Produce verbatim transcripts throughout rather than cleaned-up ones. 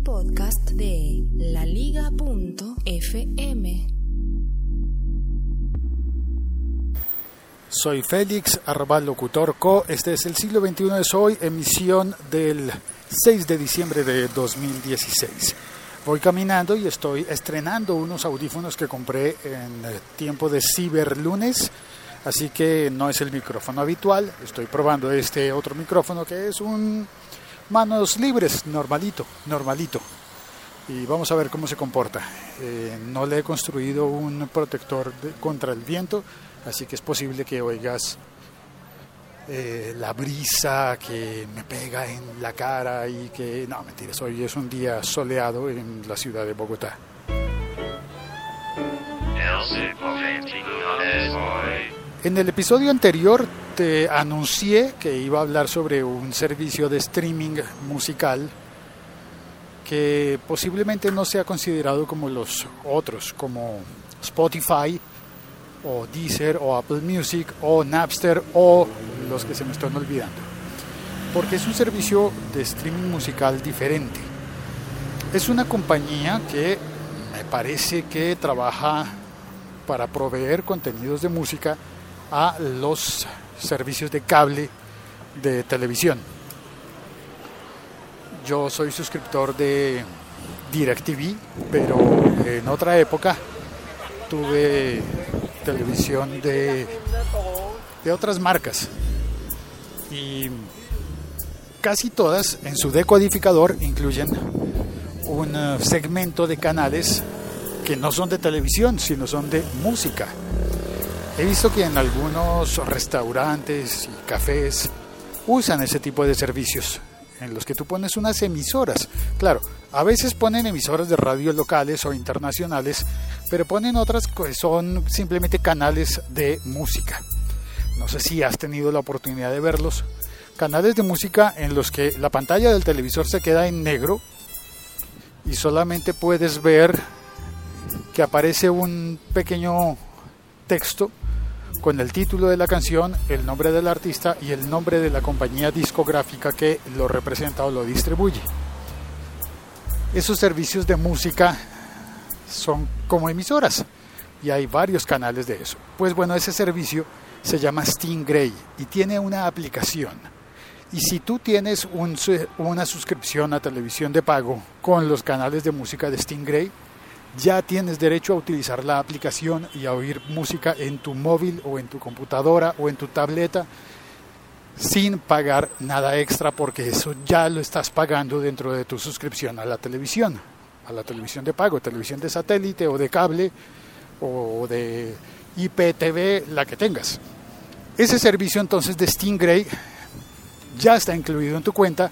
podcast de laliga punto efe eme. Soy Félix, arroba locutor co. Este es el siglo veintiuno es hoy, emisión del seis de diciembre de dos mil dieciséis. Voy caminando y estoy estrenando unos audífonos que compré en tiempo de Ciberlunes, así que no es el micrófono habitual. Estoy probando este otro micrófono que es un manos libres, normalito, normalito. Y vamos a ver cómo se comporta. Eh, no le he construido un protector de, contra el viento, así que es posible que oigas eh, la brisa que me pega en la cara y que... No, mentiras, hoy es un día soleado en la ciudad de Bogotá. En el episodio anterior te anuncié que iba a hablar sobre un servicio de streaming musical que posiblemente no sea considerado como los otros, como Spotify o Deezer o Apple Music o Napster o los que se me están olvidando, porque es un servicio de streaming musical diferente. Es una compañía que me parece que trabaja para proveer contenidos de música a los servicios de cable de televisión. Yo soy suscriptor de DirecTV, pero en otra época tuve televisión de, de otras marcas y casi todas en su decodificador incluyen un segmento de canales que no son de televisión, sino son de música. He visto que en algunos restaurantes y cafés usan ese tipo de servicios en los que tú pones unas emisoras. Claro, a veces ponen emisoras de radio locales o internacionales, pero ponen otras que son simplemente canales de música. No sé si has tenido la oportunidad de verlos. Canales de música en los que la pantalla del televisor se queda en negro y solamente puedes ver que aparece un pequeño texto con el título de la canción, el nombre del artista y el nombre de la compañía discográfica que lo representa o lo distribuye. Esos servicios de música son como emisoras y hay varios canales de eso. Pues bueno, ese servicio se llama Stingray y tiene una aplicación. Y si tú tienes un, una suscripción a televisión de pago con los canales de música de Stingray, ya tienes derecho a utilizar la aplicación y a oír música en tu móvil o en tu computadora o en tu tableta sin pagar nada extra, porque eso ya lo estás pagando dentro de tu suscripción a la televisión, a la televisión de pago, televisión de satélite o de cable o de I P T V, la que tengas. Ese servicio entonces de Stingray ya está incluido en tu cuenta,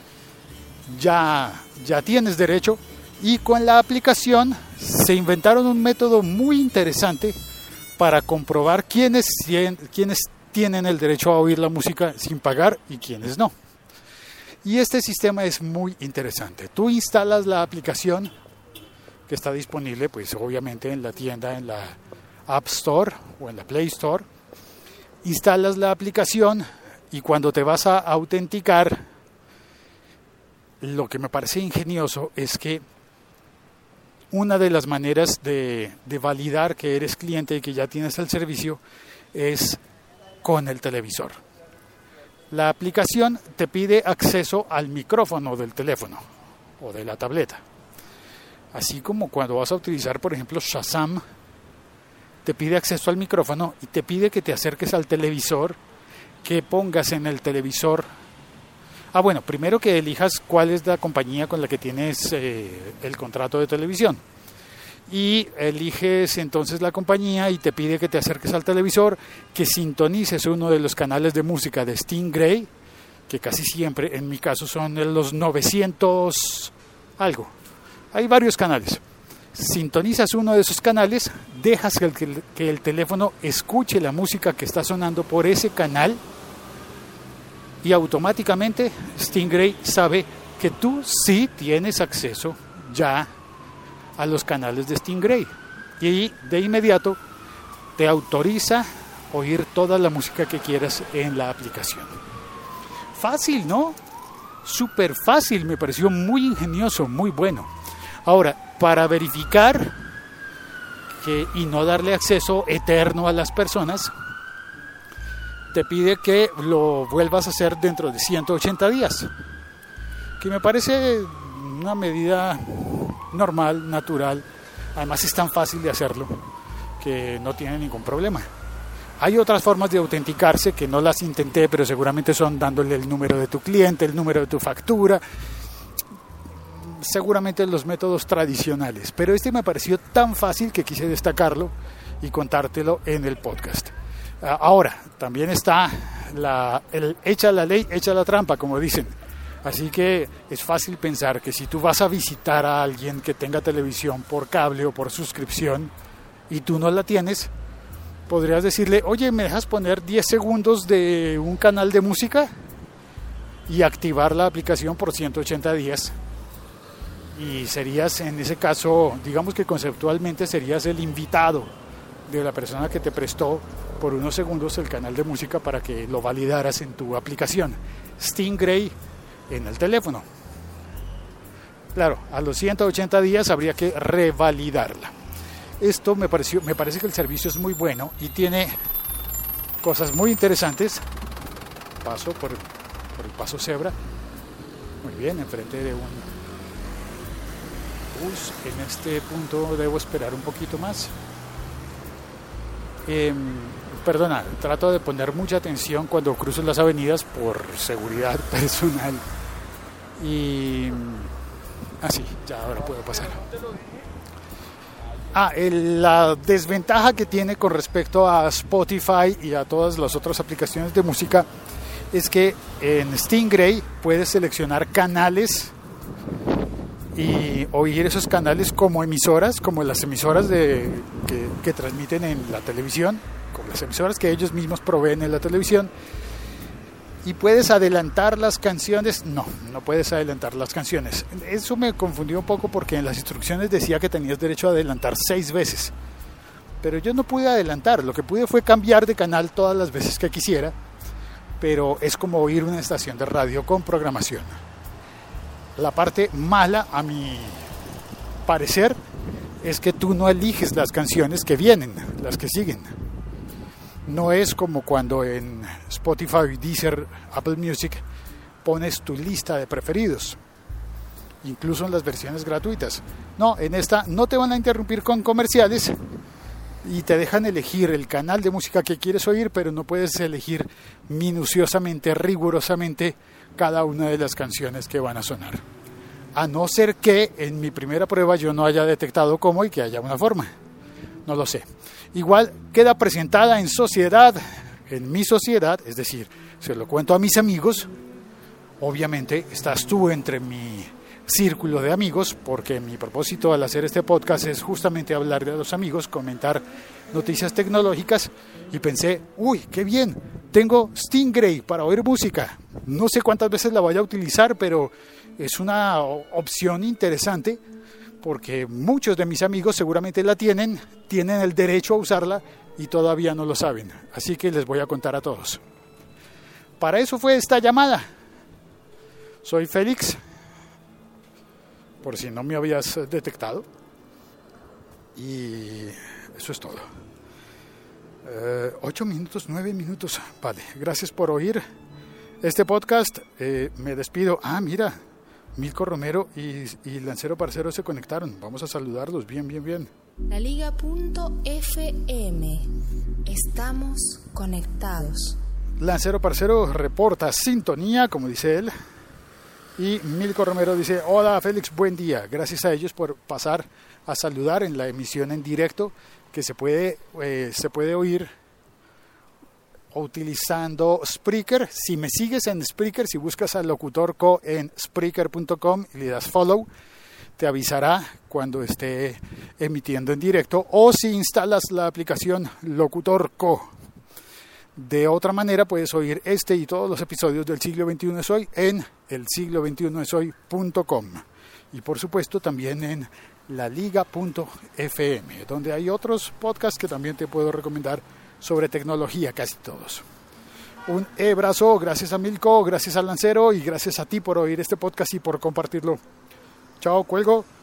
ya, ya tienes derecho. Y con la aplicación se inventaron un método muy interesante para comprobar quiénes, quiénes tienen el derecho a oír la música sin pagar y quiénes no. Y este sistema es muy interesante. Tú instalas la aplicación que está disponible, pues obviamente en la tienda, en la App Store o en la Play Store. Instalas la aplicación y cuando te vas a autenticar, lo que me parece ingenioso es que una de las maneras de, de validar que eres cliente y que ya tienes el servicio es con el televisor. La aplicación te pide acceso al micrófono del teléfono o de la tableta. Así como cuando vas a utilizar, por ejemplo, Shazam, te pide acceso al micrófono y te pide que te acerques al televisor, que pongas en el televisor. Ah, bueno, primero que elijas cuál es la compañía con la que tienes eh, el contrato de televisión. Y eliges entonces la compañía y te pide que te acerques al televisor, que sintonices uno de los canales de música de Stingray, que casi siempre, en mi caso, son los novecientos algo. Hay varios canales. Sintonizas uno de esos canales, dejas que el, que el teléfono escuche la música que está sonando por ese canal, y automáticamente Stingray sabe que tú sí tienes acceso ya a los canales de Stingray y de inmediato te autoriza oír toda la música que quieras en la aplicación. Fácil, ¿no? súper fácil, me pareció muy ingenioso, muy bueno. Ahora, para verificar que, y no darle acceso eterno a las personas, te pide que lo vuelvas a hacer dentro de ciento ochenta días, que me parece una medida normal, natural. Además es tan fácil de hacerlo que no tiene ningún problema. Hay otras formas de autenticarse que no las intenté, pero seguramente son dándole el número de tu cliente, el número de tu factura, seguramente los métodos tradicionales. Pero este me pareció tan fácil que quise destacarlo y contártelo en el podcast. Ahora, también está la, el echa la ley, echa la trampa, como dicen. Así que es fácil pensar que si tú vas a visitar a alguien que tenga televisión por cable o por suscripción y tú no la tienes, podrías decirle, oye, ¿me dejas poner diez segundos de un canal de música? Y activar la aplicación por ciento ochenta días. Y serías, en ese caso, digamos que conceptualmente serías el invitado de la persona que te prestó por unos segundos el canal de música para que lo validaras en tu aplicación Stingray en el teléfono. Claro, a los ciento ochenta días habría que revalidarla. Esto me pareció, me parece que el servicio es muy bueno y tiene cosas muy interesantes. Paso por, por el paso cebra. Muy bien, enfrente de un bus. En este punto debo esperar un poquito más. Eh, perdona, trato de poner mucha atención cuando cruzo las avenidas por seguridad personal. Y así, ah, ya ahora puedo pasar. Ah, el, la desventaja que tiene con respecto a Spotify y a todas las otras aplicaciones de música es que en Stingray puedes seleccionar canales y oír esos canales como emisoras, como las emisoras de, que, que transmiten en la televisión, como las emisoras que ellos mismos proveen en la televisión. ¿Y puedes adelantar las canciones? No, no puedes adelantar las canciones. Eso me confundió un poco porque en las instrucciones decía que tenías derecho a adelantar seis veces. Pero yo no pude adelantar, lo que pude fue cambiar de canal todas las veces que quisiera, pero es como oír una estación de radio con programación. La parte mala, a mi parecer, es que tú no eliges las canciones que vienen, las que siguen. No es como cuando en Spotify, Deezer, Apple Music pones tu lista de preferidos, incluso en las versiones gratuitas. No, en esta no te van a interrumpir con comerciales y te dejan elegir el canal de música que quieres oír, pero no puedes elegir minuciosamente, rigurosamente cada una de las canciones que van a sonar. A no ser que en mi primera prueba yo no haya detectado cómo y que haya una forma. No lo sé. Igual queda presentada en sociedad, en mi sociedad, es decir, se lo cuento a mis amigos. Obviamente estás tú entre mi círculo de amigos, porque mi propósito al hacer este podcast es justamente hablar de los amigos, comentar noticias tecnológicas, y pensé, uy, qué bien, tengo Stingray para oír música. No sé cuántas veces la voy a utilizar, pero es una opción interesante, porque muchos de mis amigos seguramente la tienen, tienen el derecho a usarla y todavía no lo saben. Así que les voy a contar a todos. Para eso fue esta llamada. Soy Félix, por si no me habías detectado. Y eso es todo. Eh, ocho minutos, nueve minutos. Vale, gracias por oír este podcast. Eh, me despido. Ah, mira. Milko Romero y, y Lancero Parcero se conectaron. Vamos a saludarlos. Bien, bien, bien. La Liga punto F M. Estamos conectados. Lancero Parcero reporta sintonía, como dice él. Y Milko Romero dice, hola Félix, buen día. Gracias a ellos por pasar a saludar en la emisión en directo que se puede, eh, se puede oír utilizando Spreaker. Si me sigues en Spreaker, si buscas al Locutor Co en Spreaker punto com y le das follow, te avisará cuando esté emitiendo en directo, o si instalas la aplicación Locutor Co. De otra manera puedes oír este y todos los episodios del Siglo veintiuno es Hoy en el siglo veintiuno es hoy punto com y por supuesto también en la liga punto f m, donde hay otros podcasts que también te puedo recomendar sobre tecnología, casi todos. Un abrazo, gracias a Milko, gracias al Lancero y gracias a ti por oír este podcast y por compartirlo. Chao, cuelgo.